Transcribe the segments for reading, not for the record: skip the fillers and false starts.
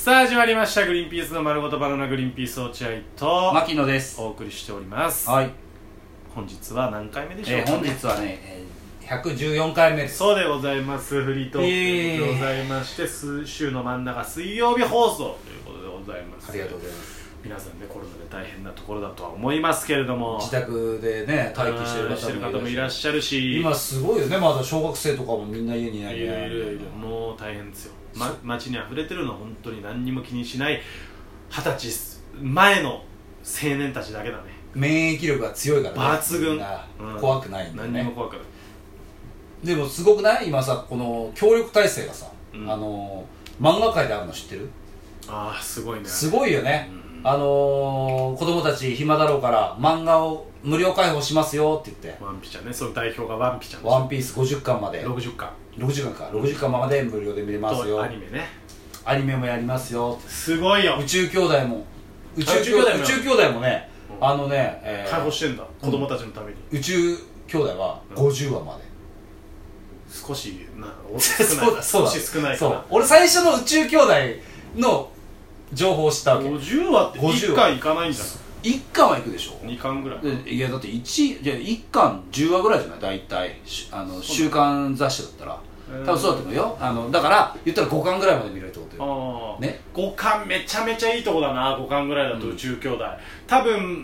さあ始まりました、グリーンピースの丸ごとバナナグリーンピース落合と牧野です。 お送りしております。 はい。 本日は何回目でしょうか、 本日はね、114回目です。 そうでございます。フリートークでございまして、週の真ん中水曜日放送ということでございます。 ありがとうございます。 皆さんね、コロナで大変なところだとは思いますけれども、 自宅でね待機してる方もいらっしゃるし、 今すごいよね。まだ小学生とかもみんな家にいない。 いるもう大変ですよ。街に溢れてるのは本当に何にも気にしない20歳前の青年たちだけだね。 免疫力が強いからね、 抜群、 怖くないんだよね。 何にも怖くない。 でもすごくない？今さ、この協力体制がさ、漫画界であるの知ってる？ ああ、すごいね。 すごいよね。子供たち暇だろうから漫画を無料開放しますよって言って、 ワンピちゃんね、その代表がワンピちゃんワンピース50巻まで 60巻 60巻まで無料で見れますよ。 アニメね、 アニメもやりますよ。 すごいよ。 宇宙兄弟も宇宙兄弟もね、 開放してんだ、子供たちのために。 宇宙兄弟は50話まで、 少し少し少ないかな。 俺最初の宇宙兄弟の情報を知ったわけ。 50話って1巻いかないんじゃない？ 1 巻はいくでしょ。 2巻ぐらい。 いやだって1巻10話ぐらいじゃない、大体週刊雑誌だったら多分そうだと思うよ。だから言ったら5巻ぐらいまで見れるってことよね。 5巻めちゃめちゃいいとこだな。5巻ぐらいだと宇宙兄弟、多分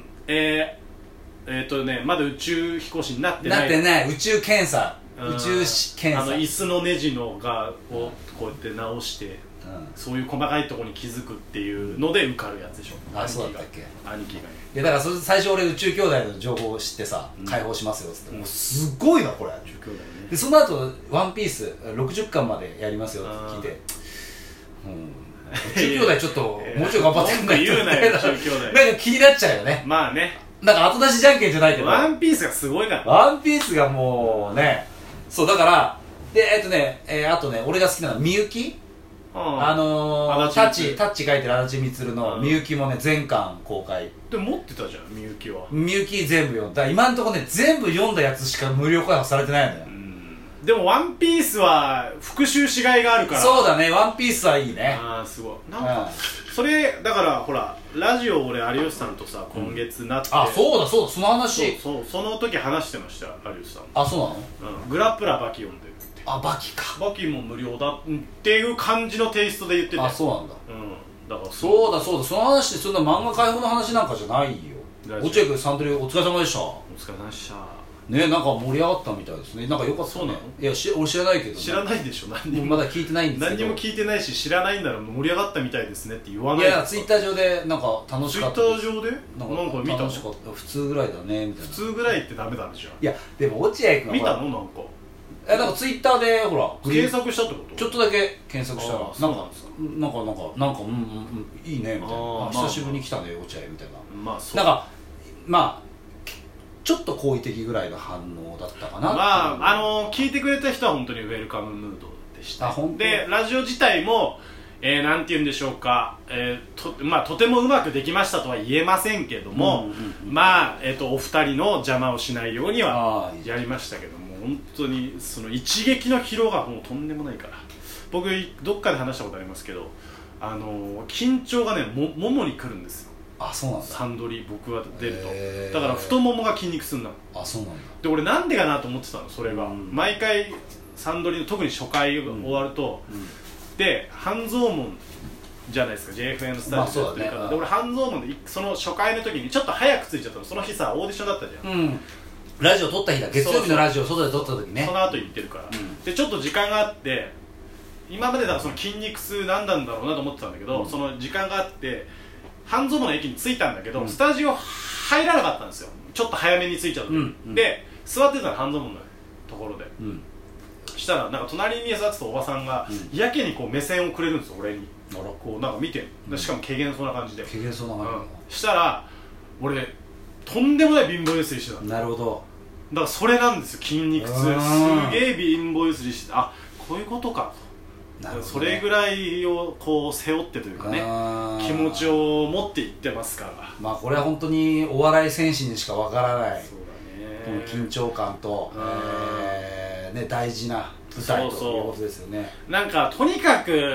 まだ宇宙飛行士になってない。 宇宙検査、宇宙検査、 椅子のネジのがをこうやって直して、そういう細かいところに気づくっていうので受かるやつでしょ。 あ、そうだったっけ。 兄貴が。いやだから最初俺宇宙兄弟の情報を知ってさ、解放しますよっつって、もうすごいなこれ。 宇宙兄弟ね。 でその後ワンピース60巻までやりますよって聞いて、宇宙兄弟ちょっともうちょい頑張ってくんないと。 言うなよ宇宙兄弟。 なんか気になっちゃうよね。 まあね、 なんか後出しじゃんけんじゃないけど、 ワンピースがすごいから。 ワンピースがもうね、そうだからであとね、俺が好きなのはみゆき、タッチ書いてる足立みのみゆきもね全巻公開で持ってたじゃん。みゆきはみゆき全部読んだ。今んとこね全部読んだやつしか無料開放されてないのよ。 でもワンピースは復習しがいがあるから。 そうだね、ワンピースはいいね。 ああ、すごい。なんかそれだからほら、ラジオ俺有吉さんとさ今月なって、 あ、そうだその話、 その時話してましたよ、有吉さん。 あ、そうなの？ グラップラーバキ読んでるって。 あ、バキか。 バキも無料だっていう感じのテイストで言ってて。 あ、そうなんだ。 だからそうだその話で、そんな漫画開放の話なんかじゃないよ。落合君、サントリーお疲れ様でした。 お疲れ様でしたね。なんか盛り上がったみたいですね。なんか良かったね。いや俺知らないけど、 知らないでしょ。何にもまだ聞いてないんですけど。 何にも聞いてないし、知らないんなら盛り上がったみたいですねって言わない。 いやツイッター上でなんか楽しかったです。 ツイッター上でなんか見たの？ 楽しかった。普通ぐらいだねみたいな。 普通ぐらいってダメだねじゃん。 いやでも落合君は見たの？なんかなんかツイッターでほら検索したってこと？ ちょっとだけ検索したらなんかいいねみたいな。久しぶりに来たね落合みたいな。 まあそう。 なんかまあちょっと好意的ぐらいの反応だったかな。 まあ聞いてくれた人は本当にウェルカムムードでした。でラジオ自体もなんて言うんでしょうか、とてもうまくできましたとは言えませんけども、お二人の邪魔をしないようにはやりましたけども、本当にその一撃の疲労がもうとんでもないから。僕どっかで話したことありますけど、緊張がねももにくるんですよ。 あ、そうなんだ。 サンドリ僕が出ると、だから太ももが筋肉痛になる。 あ、そうなんだ。 で俺なんでかなと思ってたの、それが。毎回サンドリの特に初回が終わると、で半蔵門じゃないですか、 JFN スタジオでやってるから。で俺半蔵門でその初回の時にちょっと早く着いちゃったの。その日さオーディションだったじゃん。 ラジオ撮った日だ。月曜日のラジオ外で撮った時ね。 その後行ってるから、でちょっと時間があって、今までだからその筋肉痛何なんだろうなと思ってたんだけど、その時間があって半蔵門の駅に着いたんだけど、スタジオ入らなかったんですよ。ちょっと早めに着いちゃうと、で座ってたの半蔵門のところで、したらなんか隣に座ってたおばさんがやけにこう目線をくれるんですよ、俺に。こうなんか見て、しかも怪げそうな感じで。 怪げそうな感じ。したら俺とんでもない貧乏ゆすりしてた。 なるほど。 だからそれなんですよ、筋肉痛。すげえ貧乏ゆすりして、あ、こういうことかと。それぐらいをこう背負ってというかね、気持ちを持っていってますから。 まあこれは本当にお笑い選手にしかわからない、 そうだね、 緊張感と、大事な舞台ということですよね。 なんかとにかく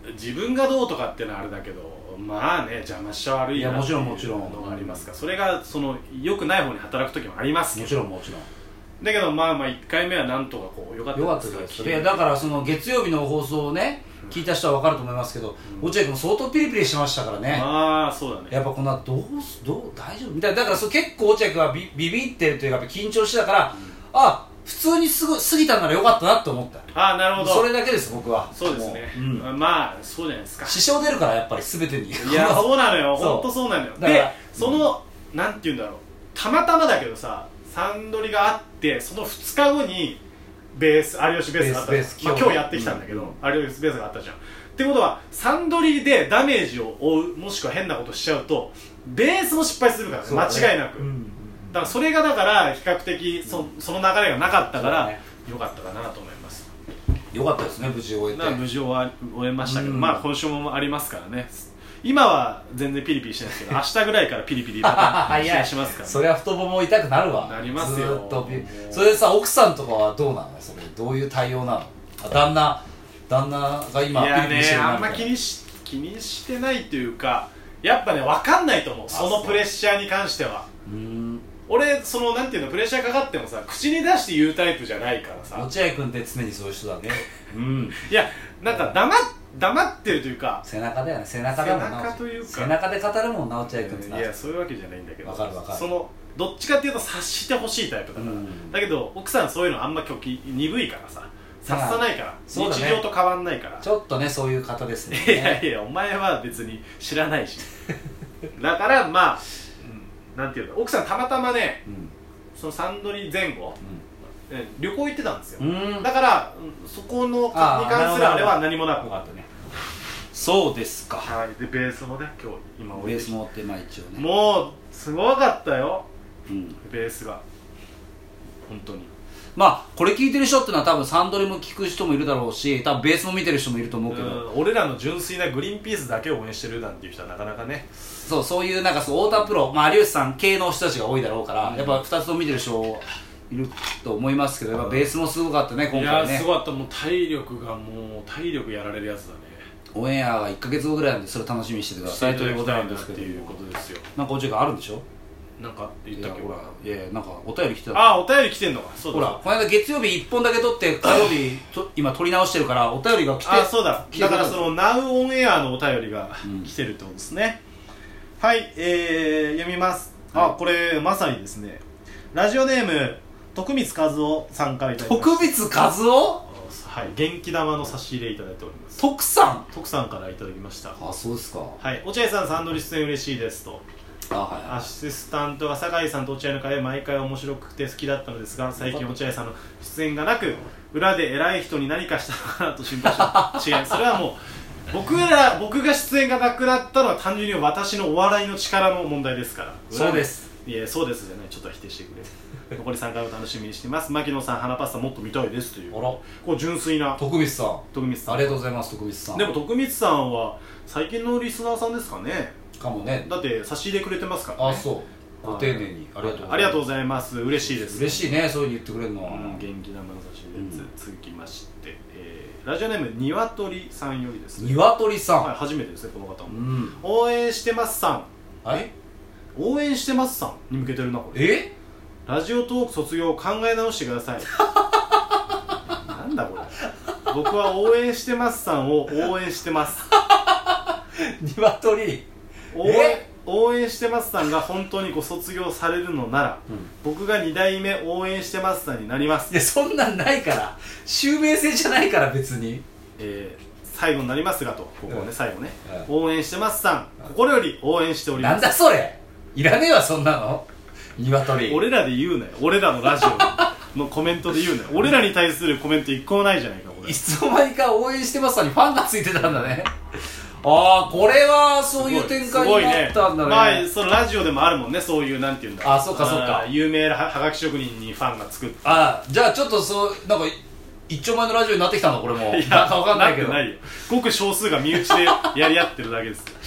自分がどうとかってのはあれだけど、まあね、邪魔しちゃ悪いなっていうのがありますから、それがその良くない方に働く時もありますけど、 もちろんだけどまあ1回目はなんとかこう良かったですよ。だからその月曜日の放送をね聞いた人は分かると思いますけど、落合君も相当ピリピリしてましたからね。 ああそうだね。 やっぱこんなどう大丈夫みたいな。だから結構落合君はビビってるというか緊張してたから、普通に過ぎたんならよかったなって思った。 なるほど。 それだけです僕は。 そうですね、まあそうじゃないですか。 支障出るからやっぱり全てに。 いやそうなのよ、本当そうなのよ。でそのなんて言うんだろう、たまたまだけどさ、サンドリがあってその2日後に有吉ベースがあった今日やってきたんだけど、有吉ベースがあったじゃん。ってことはサンドリでダメージを負う、もしくは変なことしちゃうとベースも失敗するからね、間違いなく。だからそれがだから比較的その流れがなかったから良かったかなと思います。 良かったですね、無事終えて。 無事終えましたけど、まあ今週もありますからね。今は全然ピリピリしてないですけど、明日ぐらいからピリピリまたしますから、 そりゃ太もも痛くなるわ。 なりますよ。 それでさ、奥さんとかはどうなの？それどういう対応なの？旦那が今ピリピリしてるなみたいな。 あんま気にしてないというか、やっぱね分かんないと思う、そのプレッシャーに関しては。俺そのなんていうの、プレッシャーかかってもさ口に出して言うタイプじゃないからさ。 落合君って常にそういう人だね。 いやなんか黙ってるというか、 背中だよね。背中だもんな。 背中というか、 背中で語るもんな、落合君って。 いやそういうわけじゃないんだけど、 分かるそのどっちかっていうと察してほしいタイプだから、だけど奥さんそういうのあんま鈍いからさ、察さないから、日常と変わんないから。 ちょっとねそういう方ですね。 いやお前は別に知らないしだからまあなんていうの、奥さんたまたまね、そのサンドリ前後旅行行ってたんですよ。だからそこのに関するあれは何もなく。 そうですか。 はい。でベースもね今ベースもって一応ね、 もうすごかったよ、ベースが本当に。 まあこれ聞いてる人ってのは多分サンドリも聞く人もいるだろうし、多分ベースも見てる人もいると思うけど、 俺らの純粋なグリーンピースだけを応援してるなんていう人はなかなかね、 そういうなんか太田プロ、有吉さん系の人たちが多いだろうから、やっぱ2つとも見てる人いると思いますけど、やっぱベースもすごかったね今回ね。 いやすごかった。もう体力やられるやつだね。 オンエアが1ヶ月後ぐらいなんで、それ楽しみにしててくださいということなんですけど、 っていうことですよ。 なんかお時間あるんでしょ？ なんか言ったっけ？ほら、 いやなんかお便り来てた。 お便り来てんのか。そうだ。 ほらこの間月曜日1本だけ撮って火曜日今撮り直してるから、お便りが来て。 そうだ。だからその Now オンエアのお便りが来てるってことですね。はい、読みます。これまさにですね、ラジオネーム徳光和夫さんからいただきました。 徳光和夫？ はい、元気玉の差し入れいただいております。 徳さんからいただきました。 そうですか。 はい、落合さんサンドリ出演嬉しいですと。アシスタントが酒井さんと落合の会は毎回面白くて好きだったのですが、最近落合さんの出演がなく、裏で偉い人に何かしたのかなと心配して違う、それはもう僕が出演がなくなったのは単純に私のお笑いの力の問題ですから。 そうです。 いやそうですじゃない、ちょっと否定してくれ残り3回も楽しみにしています。牧野さん、花パスタもっと見たいですという、こう純粋な徳光さんありがとうございます。徳光さん、 でも徳光さんは最近のリスナーさんですかね。 かもね。 だって差し入れくれてますからね。 そう、ご丁寧にありがとうございます。嬉しいです。 嬉しいね、そういうふうに言ってくれるのは。 元気玉の差し入れ続きまして、ラジオネームにわとりさんよりですね。 にわとりさん、 初めてですねこの方も。応援してますさん。応援してますさんに向けてるなこれ。ラジオトーク卒業を考え直してくださいなんだこれ。僕は応援してますさんを応援してますにわとり応援してますさんが本当にご卒業されるのなら、僕が2代目応援してますさんになります。 いやそんなんないから、襲名制じゃないから別に。 最後になりますがと、ここをね、最後ね、応援してますさん、心より応援しております。 なんだそれ、いらねえわそんなの。ニワトリ俺らで言うなよ、俺らのラジオのコメントで言うなよ。俺らに対するコメント一個もないじゃないかこれ。 いつの間にか応援してますさにファンがついてたんだねこれはそういう展開になったんだね。 まあそのラジオでもあるもんね、そういうなんていうんだ。 そうかそうか。 有名なはがき職人にファンがつくって。じゃあちょっとなんか一丁前のラジオになってきたのこれも。 いや分かんないけど。ないよ。ごく少数が身内でやり合ってるだけです。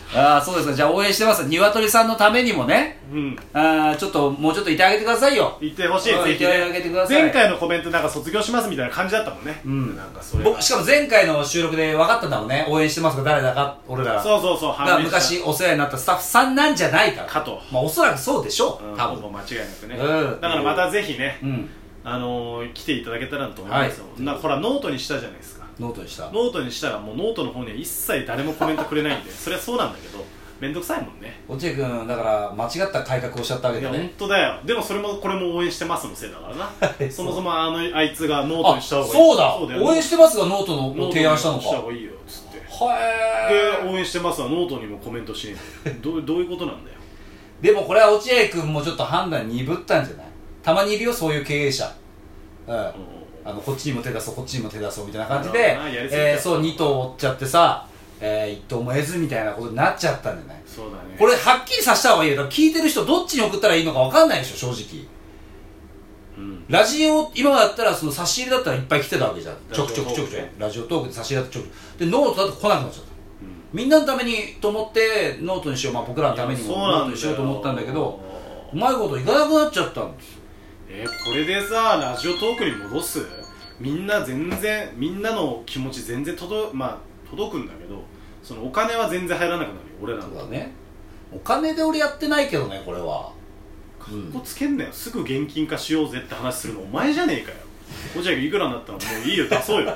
ああ、そうですか。じゃあ応援してます。鶏さんのためにもね、ちょっともうちょっといてあげてくださいよ。 言ってほしい。ぜひ、 いてあげてください。 前回のコメントなんか卒業しますみたいな感じだったもんね。なんかそれ僕しかも前回の収録で分かったんだもんね。応援してますが誰だか、俺ら。 そうそうそう。 が昔お世話になったスタッフさんなんじゃないかと。まあおそらくそうでしょう。多分間違いなくね。だからまたぜひね、来ていただけたらと思いますよ。ほらノートにしたじゃないですか。 ノートにしたらもうノートの方には一切誰もコメントくれないんで、それはそうなんだけどめんどくさいもんね。 落合君だから間違った改革をしちゃったわけだね。 いや本当だよ。でもそれもこれも応援してますのせいだからなそもそもあいつがノートにした方がいい。 そうだ、応援してますがノートの提案したのか。 した方がいいよっつって、で応援してますはノートにもコメントしねえどういうことなんだよ。 でもこれは落合君もちょっと判断鈍ったんじゃない。たまにいるよそういう経営者、こっちにも手出そうこっちにも手出そうみたいな感じで、そう2頭追っちゃってさ、1頭も得ずみたいなことになっちゃったんじゃない。 そうだね。 これはっきりさせた方がいいよ。だから聞いてる人どっちに送ったらいいのか分かんないでしょ正直。ラジオ今だったらその差し入れだったらいっぱい来てたわけじゃん。ちょくちょくラジオトークで差し入れだったらちょくでノートだと来なくなっちゃった。みんなのためにと思ってノートにしよう、僕らのためにもノートにしようと思ったんだけど、うまいこといかなくなっちゃったんです。 これでさラジオトークに戻す。みんなの気持ち全然届くんだけど、そのお金は全然入らなくなるよ俺らの。 そうだね。お金で俺やってないけどねこれは。 かっこつけんなよ。すぐ現金化しようぜって話するのお前じゃねえかよ。落合君いくらになったらもういいよ出そうよ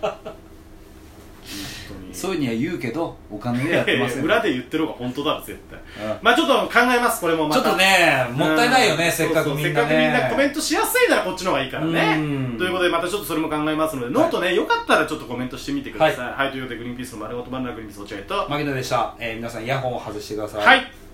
そういうには言うけどお金でやってません。 裏で言ってる方が本当だろ絶対。まあちょっと考えますこれもまた。 ちょっとねもったいないよね。せっかくみんなコメントしやすいならこっちの方がいいからね。ということでまたちょっとそれも考えますので、ノートねよかったらちょっとコメントしてみてください。はい、ということでグリーンピースの丸ごとバナナグリーンピース落合と牧野でした。皆さんイヤホンを外してください。 はい。